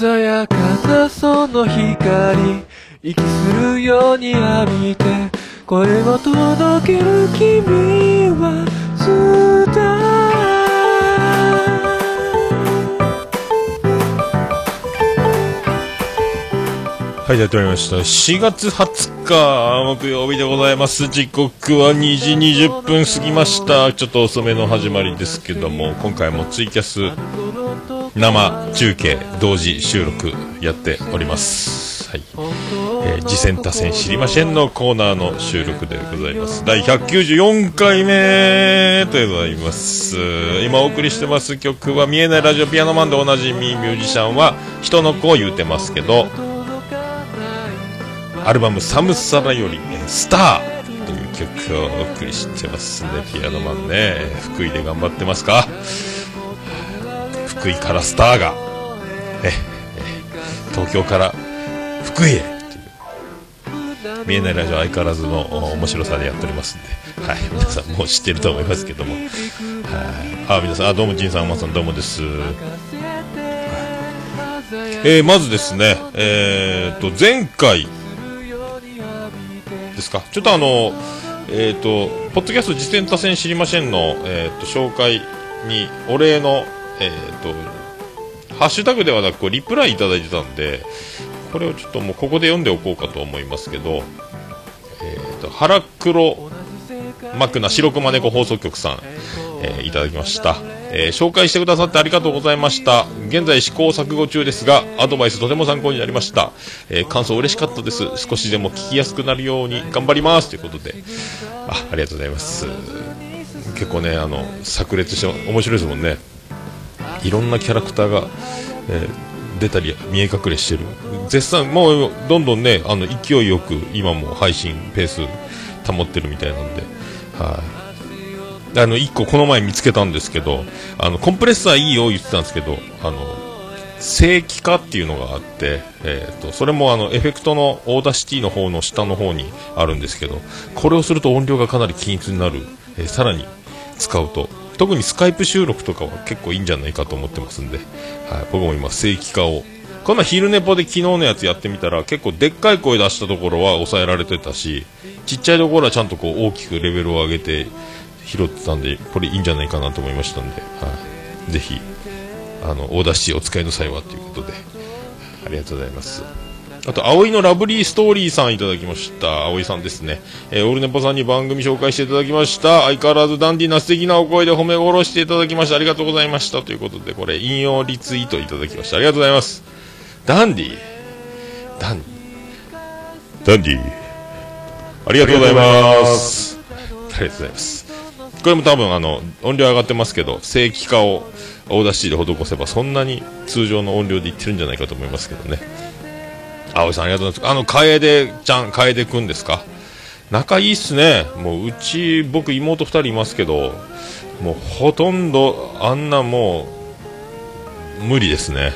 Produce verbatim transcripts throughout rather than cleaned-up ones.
鮮やかなその光、息するように浴びて声を届ける君はスター。はい、やってまいりました。しがつはつか木曜日でございます。時刻はにじにじゅっぷん過ぎました。ちょっと遅めの始まりですけども、今回もツイキャス生中継同時収録やっております。はい、えー、次戦他戦知りませんのコーナーの収録でございます。だいひゃくきゅうじゅうよんかいめでございます。今お送りしてます曲は見えないラジオピアノマンでおなじみ、ミュージシャンは人の子を言うてますけど、アルバム寒さらよりスターという曲をお送りしてますね。ピアノマンね、福井で頑張ってますか。福井からスターがえ東京から福井へという見えないラジオ、相変わらずの面白さでやっておりますんで、はい、皆さんもう知ってると思いますけども、はい、あ、皆さん、あ、どうもジンさん、マさん、どうもです。はい、えー、まずですね、えー、と前回ですか、ちょっとあの、えー、とポッドキャスト次戦他戦知りませんの、えー、と紹介にお礼の、えー、とハッシュタグではなくリプライいただいてたんで、これをちょっともうここで読んでおこうかと思いますけど、えー、と腹黒マクナ白熊猫放送局さん、えー、いただきました。えー、紹介してくださってありがとうございました。現在試行錯誤中ですがアドバイスとても参考になりました。えー、感想嬉しかったです。少しでも聞きやすくなるように頑張りますということで、 あ, ありがとうございます。結構ね、あの炸裂して面白いですもんね。いろんなキャラクターが、えー、出たり見え隠れしてる。絶賛もうどんどんね、あの勢いよく今も配信ペース保ってるみたいなんで、はい、あのいっここの前見つけたんですけど、あのコンプレッサーいいよ言ってたんですけど、あの正規化っていうのがあって、えー、とそれもあのエフェクトのオーダーシティの方の下の方にあるんですけど、これをすると音量がかなり均一になる、えー、さらに使うと特にスカイプ収録とかは結構いいんじゃないかと思ってますんで、はい、僕も今正規化をこの昼寝ぽで昨日のやつやってみたら、結構でっかい声出したところは抑えられてたし、ちっちゃいところはちゃんとこう大きくレベルを上げて拾ってたんで、これいいんじゃないかなと思いましたんで、はい、ぜひあのオーダーシティお使いの際はということで、ありがとうございます。あと葵のラブリーストーリーさんいただきました。葵さんですね、えー、オルネポさんに番組紹介していただきました。相変わらずダンディーな素敵なお声で褒め殺していただきました。ありがとうございましたということで、これ引用リツイートいただきました。ありがとうございます。ダンディーダンディーダンディーありがとうございます。ありがとうございます。これも多分あの音量上がってますけど、正規化をオーダーシティで施せばそんなに通常の音量でいってるんじゃないかと思いますけどね。葵さんありがとうございます。あの楓ちゃん、楓くんですか、仲いいっすね。もううち僕妹ふたりいますけど、もうほとんどあんなもう無理ですね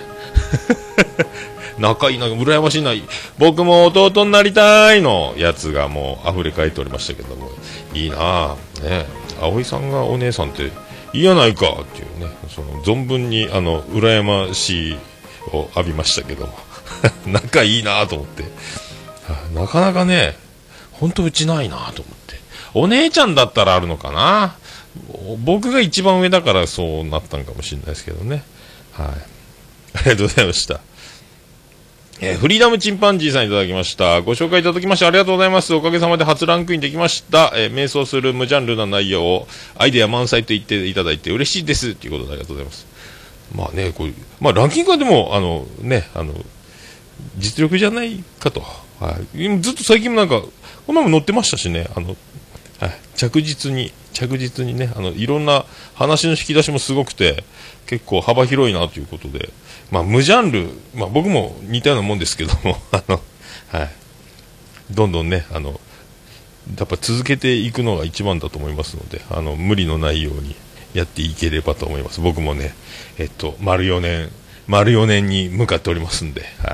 仲いいな、羨ましいな、僕も弟になりたいのやつがもう溢れ返っておりましたけども、いいなぁね。葵さんがお姉さんっていいやないかっていうね、その存分にあの羨ましいを浴びましたけども仲いいなと思って、なかなかね、ほんとうちないなと思って。お姉ちゃんだったらあるのかな。僕が一番上だからそうなったんかもしれないですけどね。はい、ありがとうございました。えー、フリーダムチンパンジーさんいただきました。ご紹介いただきましてありがとうございます。おかげさまで初ランクインできました。えー、瞑想する無ジャンルな内容をアイデア満載と言っていただいて嬉しいですということでありがとうございます。まあね、こういう、まあランキングはでもあのね、あの実力じゃないかと、はい、ずっと最近もなんかこの前も載ってましたしね、あの、はい、着実に着実にね、あのいろんな話の引き出しもすごくて結構幅広いなということで、まあ無ジャンル、まあ僕も似たようなもんですけどもあの、はい、どんどんね、あのやっぱ続けていくのが一番だと思いますので、あの無理のないようにやっていければと思います。僕もね、えっと丸よねん丸よねんに向かっておりますんで、はい、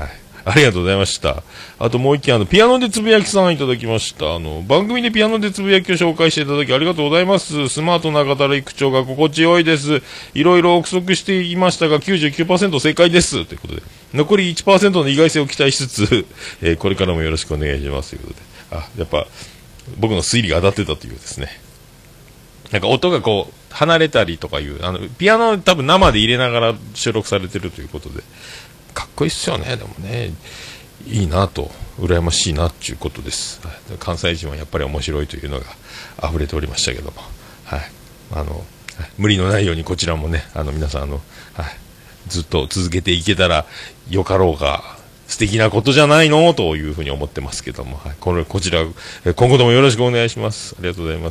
ありがとうございました。あともう一件、あの、ピアノでつぶやきさんいただきました。あの、番組でピアノでつぶやきを紹介していただきありがとうございます。スマートな語り口調が心地よいです。いろいろ憶測していましたが、きゅうじゅうきゅうパーセント 正解です。ということで、残り いちパーセント の意外性を期待しつつ、えー、これからもよろしくお願いします。ということで。あ、やっぱ、僕の推理が当たってたというですね。なんか音がこう、離れたりとかいう、あの、ピアノ多分生で入れながら収録されてるということで、かっこいいっすよね。でもね、いいなと、羨ましいなっていうことです。関西人はやっぱり面白いというのが溢れておりましたけども、はい、あの無理のないようにこちらもね、あの皆さんあの、はい、ずっと続けていけたらよかろうが素敵なことじゃないのというふうに思ってますけども、はい、これこちら今後ともよろしくお願いします。ありがとうございます。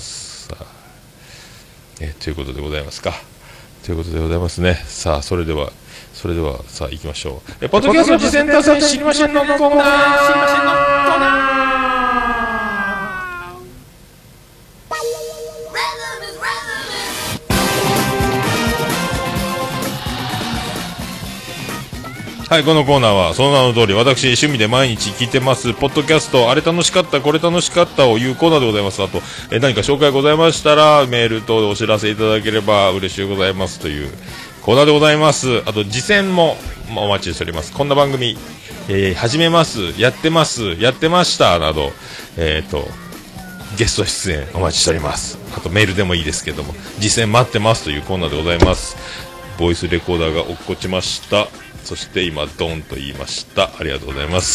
さあ、えということでございますか。ということでございますね。さあ、それではそれではさあ行きましょう。えポッドキャスト次戦打線知りませんのコーナー、知りませんのコーナー。はい、このコーナーはその名の通り私趣味で毎日聞いてますポッドキャスト、あれ楽しかったこれ楽しかったをいうコーナーでございます。あとえ何か紹介ございましたらメール等でお知らせいただければ嬉しいございますというコーナーでございます。あと次戦もお待ちしております。こんな番組、えー、始めます、やってます、やってましたなど、えーとゲスト出演お待ちしております。あとメールでもいいですけども、次戦待ってますというコーナーでございます。ボイスレコーダーが落っこちました。そして今ドンと言いました。ありがとうございます。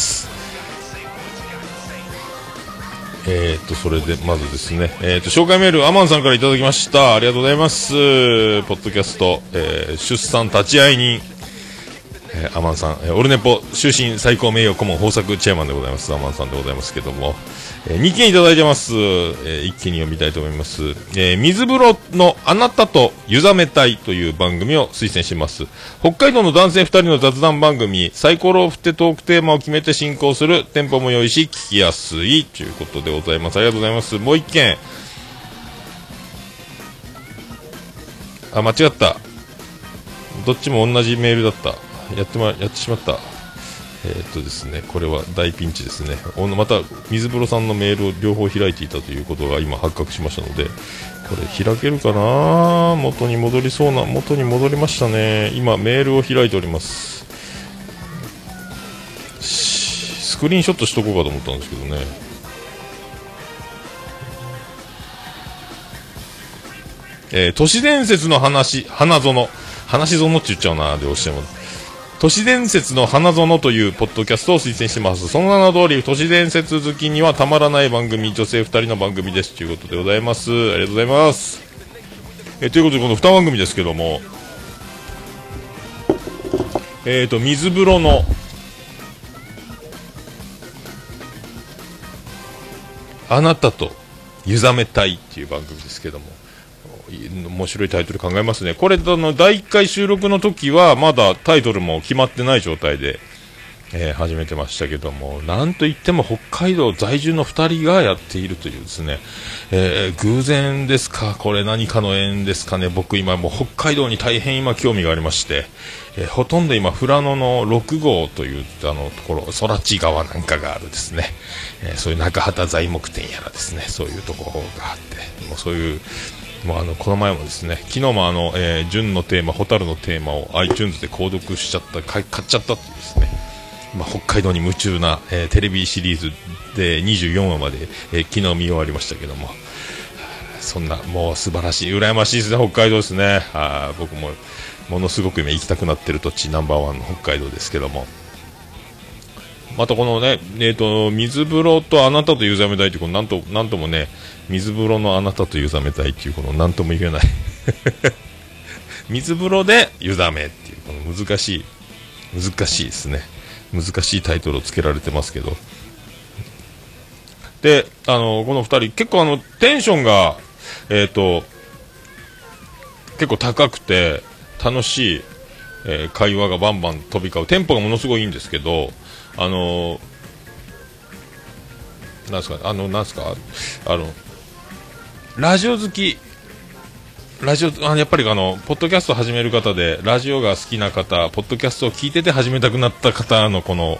えーとそれでまずですね、えーと紹介メールアマンさんからいただきました。ありがとうございます。ポッドキャスト、えー、出産立ち会い人、えー、アマンさん、えー、オルネポ終身最高名誉顧問豊作チェアマンでございます。アマンさんでございますけども、えー、にけんいただいてます。えー、いっけんに読みたいと思います。えー、水風呂のあなたと湯ざめたいという番組を推薦します。北海道の男性ふたりの雑談番組、サイコロを振ってトークテーマを決めて進行する、テンポも良いし聞きやすいということでございます。ありがとうございます。もういっけん、あ、間違った、どっちも同じメールだった。やってま、やってしまった。えー、っとですね、これは大ピンチですね。また水風呂さんのメールを両方開いていたということが今発覚しましたので、これ開けるかな。元に戻りそうな、元に戻りましたね。今メールを開いております。スクリーンショットしとこうかと思ったんですけどね。えー、都市伝説の話、花園話園って言っちゃうなでおっしゃいます。都市伝説の花園というポッドキャストを推薦してます。その名の通り都市伝説好きにはたまらない番組、女性ふたりの番組ですということでございます。ありがとうございます。えということでこのに番組ですけども、えーと水風呂のあなたと湯ざめたいっていう番組ですけども、面白いタイトル考えますね。これのだいいっかい収録の時はまだタイトルも決まってない状態で、えー、始めてましたけども、なんといっても北海道在住のふたりがやっているというですね、えー、偶然ですか、これ何かの縁ですかね。僕今もう北海道に大変今興味がありまして、えー、ほとんど今富良野のろくごうというあのところ、空知川なんかがあるですね、えー、そういう中畑材木店やらですね、そういうところがあって、もうそういうもうあのこの前もですね、昨日もあの、えー、純のテーマ、ホタルのテーマを iTunes で購読しちゃった、買っちゃったっていうですね、まあ、北海道に夢中な、えー、テレビシリーズでにじゅうよんわまで、えー、昨日見終わりましたけども、そんなもう素晴らしい、羨ましいですね、北海道ですね。あ、僕もものすごく今行きたくなってる土地ナンバーワンの北海道ですけども、またこのね、えーと、水風呂とあなたと湯ざめたいという、このなんと、なんともね、水風呂のあなたと湯ざめたいという、このなんとも言えない水風呂で湯ざめっていう、この難しい難しいですね、難しいタイトルをつけられてますけど、で、あのこのふたり結構あのテンションがえーと結構高くて楽しい、えー、会話がバンバン飛び交う、テンポがものすごいいいんですけど、あのー、なんすかあのなんすかあのラジオ好き、ラジオあのやっぱりあのポッドキャストを始める方でラジオが好きな方、ポッドキャストを聞いてて始めたくなった方のこの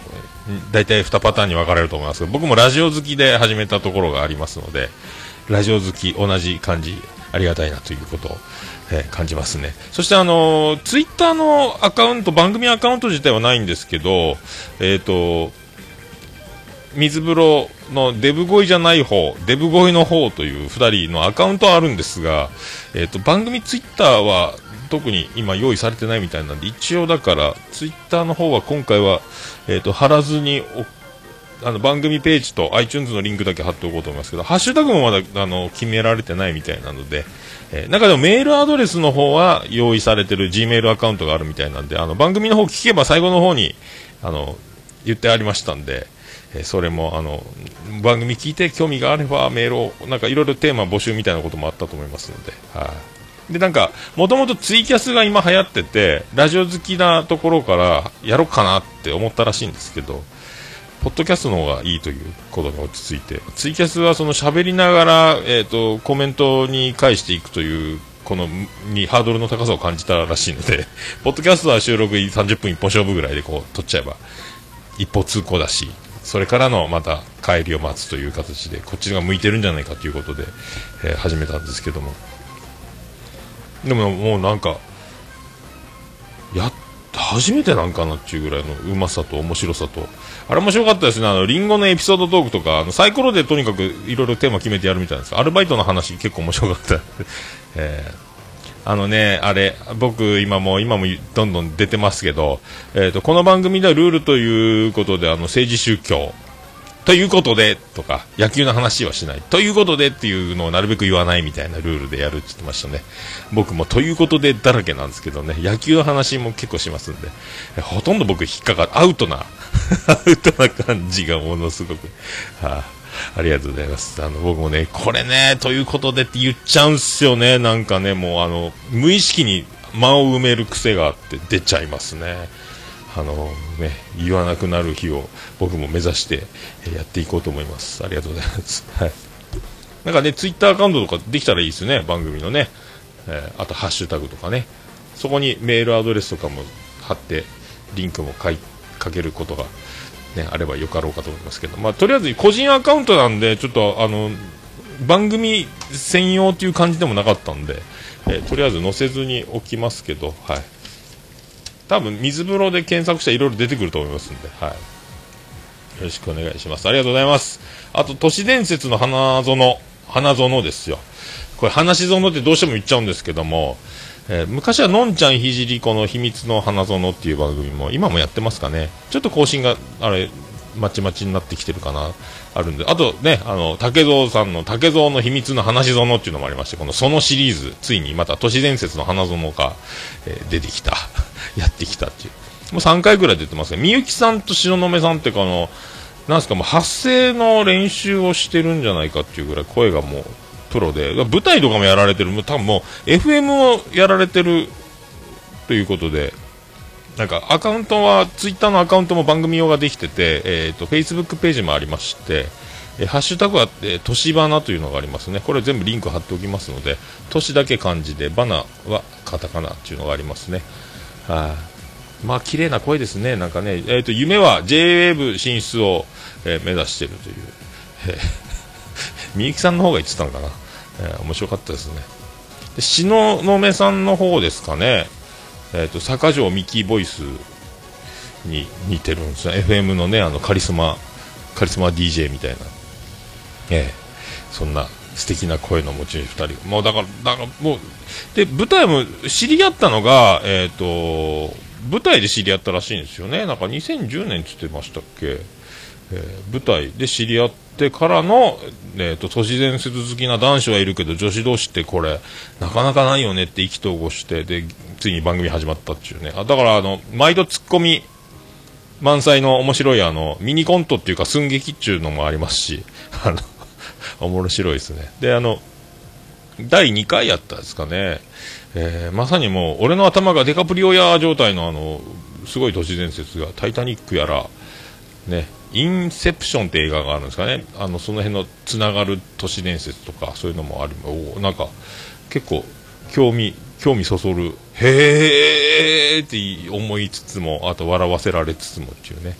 大体にパターンに分かれると思いますけど、僕もラジオ好きで始めたところがありますので、ラジオ好き同じ感じありがたいなということを、えー、感じますね。そしてあのー、ツイッターのアカウント、番組アカウント自体はないんですけど、えっと水風呂のデブ声じゃない方、デブ声の方というふたりのアカウントはあるんですが、えー、と番組ツイッターは特に今用意されてないみたいなんで、一応だからツイッターの方は今回は、えー、と貼らずにおあの番組ページと iTunes のリンクだけ貼っておこうと思いますけど、ハッシュタグもまだあの決められてないみたいなので、えー、中でもメールアドレスの方は用意されてる Gmail アカウントがあるみたいなんで、あの番組の方聞けば最後の方にあの言ってありましたんで、えー、それもあの番組聞いて興味があればメールをなんかいろいろテーマ募集みたいなこともあったと思いますので、はい、でなんかもともとツイキャスが今流行ってて、ラジオ好きなところからやろうかなって思ったらしいんですけど、ポッドキャストの方がいいということに落ち着いて、ツイキャスはその喋りながら、えーと、コメントに返していくというこのにハードルの高さを感じたらしいので、ポッドキャストは収録さんじゅっぷん一本勝負ぐらいでこう撮っちゃえば一方通行だし、それからのまた帰りを待つという形でこっちが向いてるんじゃないかということで、えー、始めたんですけども、でももうなんかやっ初めてなんかなっていうぐらいのうまさと面白さと、あれ面白かったですね。あのリンゴのエピソードトークとか、あのサイコロでとにかくいろいろテーマ決めてやるみたいなんです。アルバイトの話結構面白かった、えー、あのね、あれ僕今も今もどんどん出てますけど、えーと、この番組ではルールということで、あの政治宗教ということでとか野球の話はしないということでっていうのをなるべく言わないみたいなルールでやるって言ってましたね。僕もということでだらけなんですけどね、野球の話も結構しますんで、ほとんど僕引っかかるアウトなアウトな感じがものすごく、はあ、ありがとうございます。あの僕もねこれねということでって言っちゃうんすよね。なんかねもうあの無意識に間を埋める癖があって出ちゃいますね。あのね、言わなくなる日を僕も目指してやっていこうと思います。ありがとうございます。はい、なんかねツイッターアカウントとかできたらいいですね、番組のね、えー、あとハッシュタグとかね、そこにメールアドレスとかも貼ってリンクも書いかけることが、ね、あればよかろうかと思いますけど、まあ、とりあえず個人アカウントなんでちょっとあの番組専用という感じでもなかったんで、えー、とりあえず載せずにおきますけど、はい、多分水風呂で検索したらいろいろ出てくると思いますんで、はい、よろしくお願いします。ありがとうございます。あと都市伝説の花園花園ですよ。これ話し園ってどうしても言っちゃうんですけども、えー、昔はのんちゃんひじりこの秘密の花園っていう番組も今もやってますかね。ちょっと更新があれまちまちになってきてるかな、あるんで、あとね、あの竹蔵さんの竹蔵の秘密の話園っていうのもありまして、このそのシリーズついにまた都市伝説の花園が、えー、出てきたやってきたっていう、もうさんかいぐらい出てますね。みゆきさんと東雲さんってかのなんすか、もう発声の練習をしてるんじゃないかっていうぐらい声がもうプロで、舞台とかもやられてる、多分もう エフエム をやられてるということで、なんかアカウントはツイッターのアカウントも番組用ができてて、えーと、フェイスブックページもありまして、えー、ハッシュタグは、えー、としばなというのがありますね。これ全部リンク貼っておきますので、としだけ漢字でバナはカタカナっていうのがありますね。はい、あ、まあ綺麗な声ですね。なんかね、えーと、夢は ジェイウェーブ 進出を、えー、目指しているという、えー、みゆきさんの方が言ってたのかな、えー、面白かったですね。で東雲さんの方ですかね、えーと、坂上ミキボイスに似てるんですね。 エフエム のね、あのカリスマカリスマ ディージェー みたいな、えー、そんな素敵な声の持ち主ふたり、もうだからだからもうで舞台も知り合ったのが、えーと舞台で知り合ったらしいんですよね。なんかにせんじゅうねんって言ってましたっけ、えー、舞台で知り合ってからの、えーと、都市伝説好きな男子はいるけど女子同士ってこれなかなかないよねって意気投合して、でついに番組始まったっていうね。あ、だからあの毎度ツッコミ満載の面白いあのミニコントっていうか寸劇っていうのもありますし、あの面白いですね。であのだいにかいやったですかね、えー、まさにもう俺の頭がデカプリオや状態のあのすごい都市伝説がタイタニックやらね、インセプションって映画があるんですかね、あのその辺のつながる都市伝説とかそういうのもあり、おなんか結構興味興味そそる、へーって思いつつも、あと笑わせられつつもっていうね、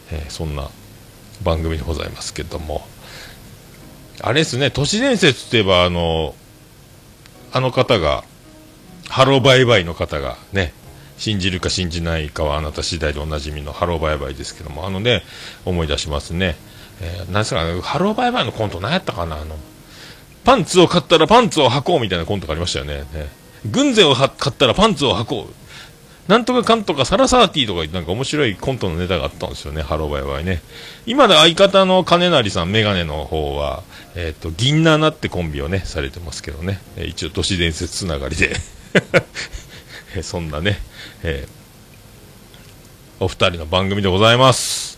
えー、そんな番組でございますけども、あれですね、都市伝説といえばあのあの方がハローバイバイの方がね、信じるか信じないかはあなた次第でおなじみのハローバイバイですけども、あのね思い出しますね、えー、なんですかね、ハローバイバイのコント何やったかな、あのパンツを買ったらパンツを履こうみたいなコントがありましたよね。ね、軍勢を買ったらパンツを履こう、なんとかかんとかサラサーティーとかなんか面白いコントのネタがあったんですよね、ハローバイバイね。今で相方の金成さん、メガネの方は、えっと、銀七ってコンビをね、されてますけどね、えー、一応都市伝説つながりで、そんなね、えー、お二人の番組でございます。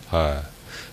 はい。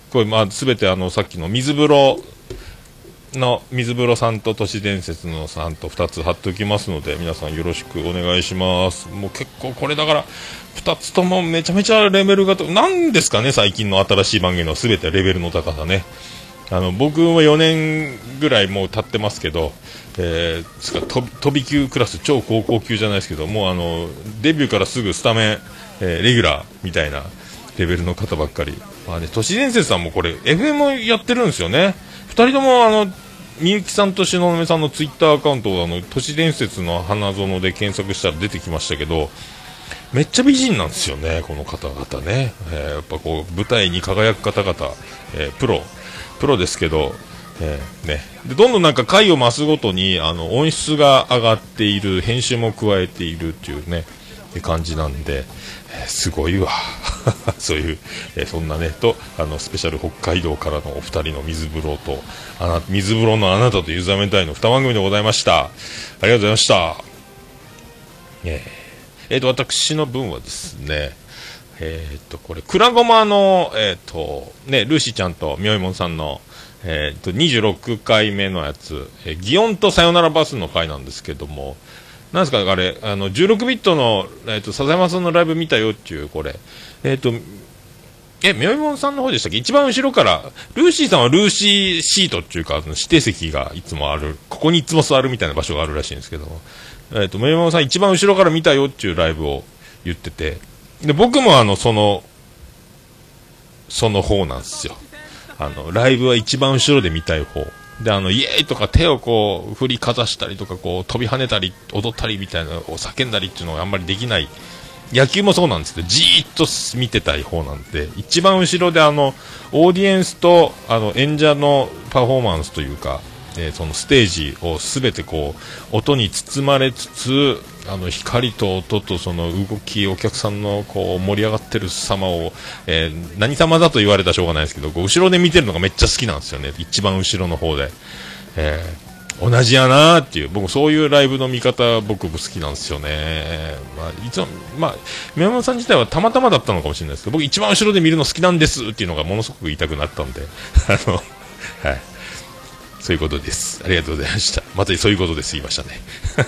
これ、まあ、すべてあの、さっきの水風呂、の水風呂さんと都市伝説のさんとふたつ貼っておきますので、皆さんよろしくお願いします。もう結構これだからふたつともめちゃめちゃレベルがと、なんですかね、最近の新しい番組のすべてレベルの高さね。あの僕もよねんぐらいもう経ってますけど、えー、つか飛び、飛び級クラス超高校級じゃないですけど、もうあのデビューからすぐスタメン、えー、レギュラーみたいなレベルの方ばっかり。まあね、都市伝説さんもこれ エフエム やってるんですよね。ふたりともあのみゆきさんとしののめさんのツイッターアカウントをあの都市伝説の花園で検索したら出てきましたけど、めっちゃ美人なんですよね、この方々ね。えー、やっぱこう舞台に輝く方々、えー、プロプロですけど、えーね、でどんどんなんか回を増すごとにあの音質が上がっている、編集も加えているっていうねって感じなんで、えー、すごいわそういう、えー、そんなねとあのスペシャル北海道からのお二人の水風呂とあな水風呂のあなたとユーザーメンタイのに番組でございました。ありがとうございました。えー、えー、と私の分はですね、えー、とこれくらごまの、えーとね、ルーシーちゃんとみょいもんさんの、えー、とにじゅうろっかいめのやつ、えー、祇園とさよならバスの回なんですけども、なんですかあれ、あのじゅうろくビットの、えー、と笹山さんのライブ見たよっていう、これえっ、ー、とえみょいもんさんの方でしたっけ、一番後ろからルーシーさんはルーシーシートっていうか指定席がいつもある、ここにいつも座るみたいな場所があるらしいんですけども、えー、とみょいもんさん一番後ろから見たよっていうライブを言ってて、で僕もあのそのその方なんですよ。あのライブは一番後ろで見たい方で、あのイエーイとか手をこう振りかざしたりとかこう飛び跳ねたり踊ったりみたいなのを叫んだりっていうのがあんまりできない、野球もそうなんですけどじーっと見てたい方なんで、一番後ろであのオーディエンスとあの演者のパフォーマンスというか、えー、そのステージをすべてこう音に包まれつつ、あの光と音とその動き、お客さんのこう盛り上がってる様を、えー、何様だと言われたらしょうがないですけど、こう後ろで見てるのがめっちゃ好きなんですよね、一番後ろの方で、えー、同じやなーっていう、僕そういうライブの見方僕も好きなんですよね。まあいつもまあ宮本さん自体はたまたまだったのかもしれないですけど、僕一番後ろで見るの好きなんですっていうのがものすごく言いたくなったんであのはい、そういうことです。ありがとうございました。またそういうことです言いましたね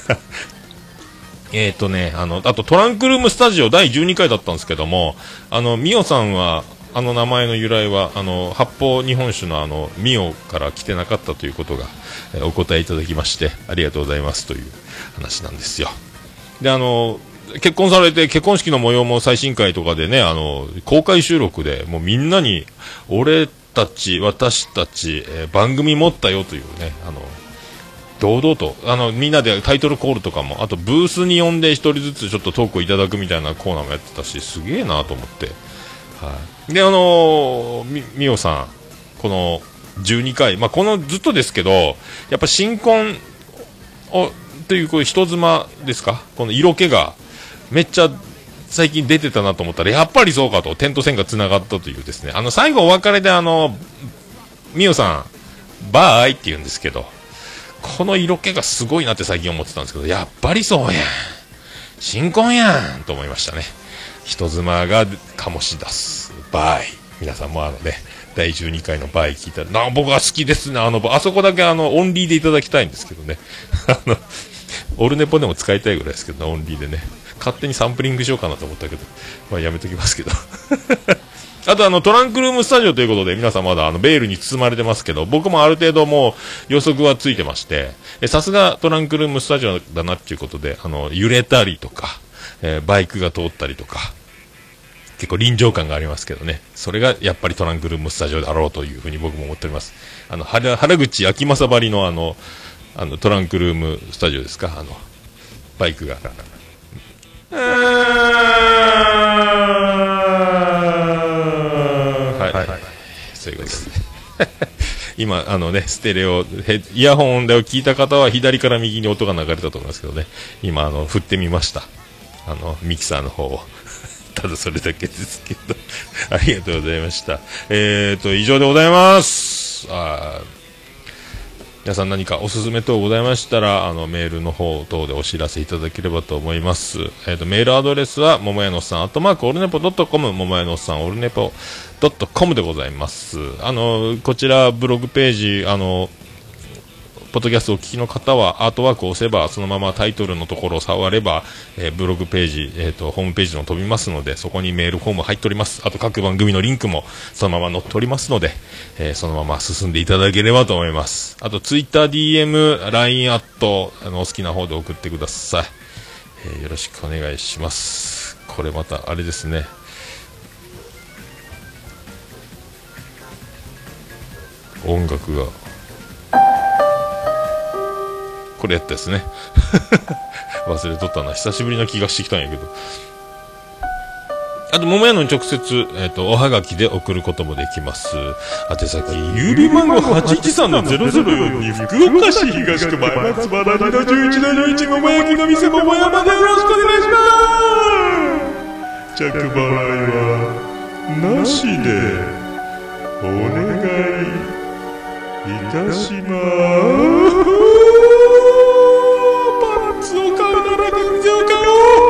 えっとね、あの、あとトランクルームスタジオだいじゅうにかいだったんですけども、あの、ミオさんは、あの名前の由来は、あの、発泡日本酒のあの、ミオから来てなかったということが、えー、お答えいただきまして、ありがとうございますという話なんですよ。で、あの、結婚されて、結婚式の模様も最新回とかでね、あの、公開収録で、もうみんなに、俺たち、私たち、えー、番組持ったよというね、あの、堂々とあのみんなでタイトルコールとかも、あとブースに呼んで一人ずつちょっとトークをいただくみたいなコーナーもやってたし、すげえなと思って、はい、であのー、みみおさんこのじゅうにかい、まあ、このずっとですけどやっぱ新婚をというこう人妻ですか、この色気がめっちゃ最近出てたなと思ったら、やっぱりそうかと点と線がつながったというですね、あの最後お別れであのみおさんバーイって言うんですけど、この色気がすごいなって最近思ってたんですけど、やっぱりそうやん、新婚やんと思いましたね。人妻が醸し出すバイ、皆さんもあのねだいじゅうにかいのバイ聞いたらな、僕は好きですね、あのあそこだけあのオンリーでいただきたいんですけどねあのオルネポでも使いたいぐらいですけど、ね、オンリーでね、勝手にサンプリングしようかなと思ったけど、まあやめときますけどあとあのトランクルームスタジオということで皆さんまだあのベールに包まれてますけど、僕もある程度もう予測はついてまして、さすがトランクルームスタジオだなっていうことで、あの揺れたりとか、えー、バイクが通ったりとか結構臨場感がありますけどね。それがやっぱりトランクルームスタジオだろうというふうに僕も思っております。あの、原、原口秋正ばりのあの、あの、トランクルームスタジオですか、あの、バイクが。はい。はい。そういうことですね。今、あのね、ステレオ、イヤホンで聞いた方は左から右に音が流れたと思いますけどね。今、あの、振ってみました。あの、ミキサーの方を。ただそれだけですけど。ありがとうございました。えーと、以上でございます。あ皆さん何かおすすめ等ございましたら、あの、メールの方等でお知らせいただければと思います。えーと、メールアドレスは、ももやのさん、アットマーク、オルネポドットコム、ももやのさん、オルネポドットコムでございます。あの、こちら、ブログページ、あの、ポッドキャストをお聞きの方はアートワークを押せばそのままタイトルのところを触れば、えー、ブログページ、えーと、ホームページの飛びますので、そこにメールフォーム入っております。あと各番組のリンクもそのまま載っておりますので、えー、そのまま進んでいただければと思います。あとツイッター ディーエム、ライン アット、あのお好きな方で送ってください。えー、よろしくお願いします。これまたあれですね、音楽がこれやったですね忘れとったな、久しぶりな気がしてきたんやけど。あと桃屋のに直接、えー、とおはがきで送ることもできます。宛先郵便番号 はちいちさんのゼロゼロよんに 福岡市東区前松原にのじゅういちのじゅういち桃焼きの店桃屋までよろしくお願いします。着払いはなしでお願いいたします。パンツを買うなら軍勢を買おう。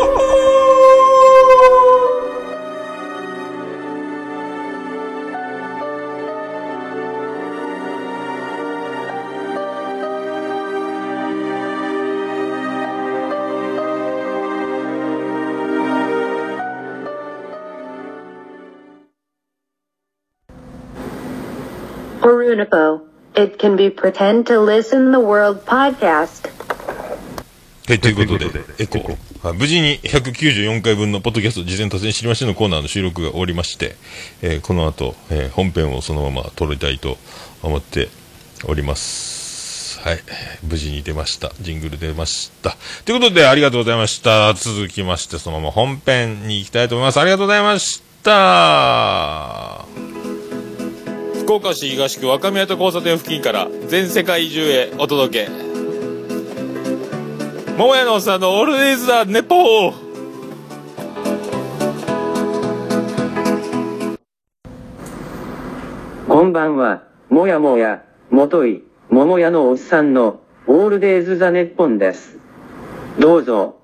Orunipo. It can be pretend to listen the world podcast. はい、ということで、エコー。はい、無事にひゃくきゅうじゅうよんかいぶんのポッドキャスト事前達成知りましてのコーナーの収録が終わりまして、えー、この後、えー、本編をそのまま撮りたいと思っております。はい、無事に出ました。ジングル出ました。ということで、ありがとうございました。続きまして、そのまま本編に行きたいと思います。ありがとうございました。福岡市東区若宮と交差点付近から全世界中へお届け、桃屋のおっさんのオールデイズ・ザ・ネポー。 こんばんは、もやもや、もとい、桃屋のおっさんのオールデイズ・ザ・ネッポンです。どうぞ。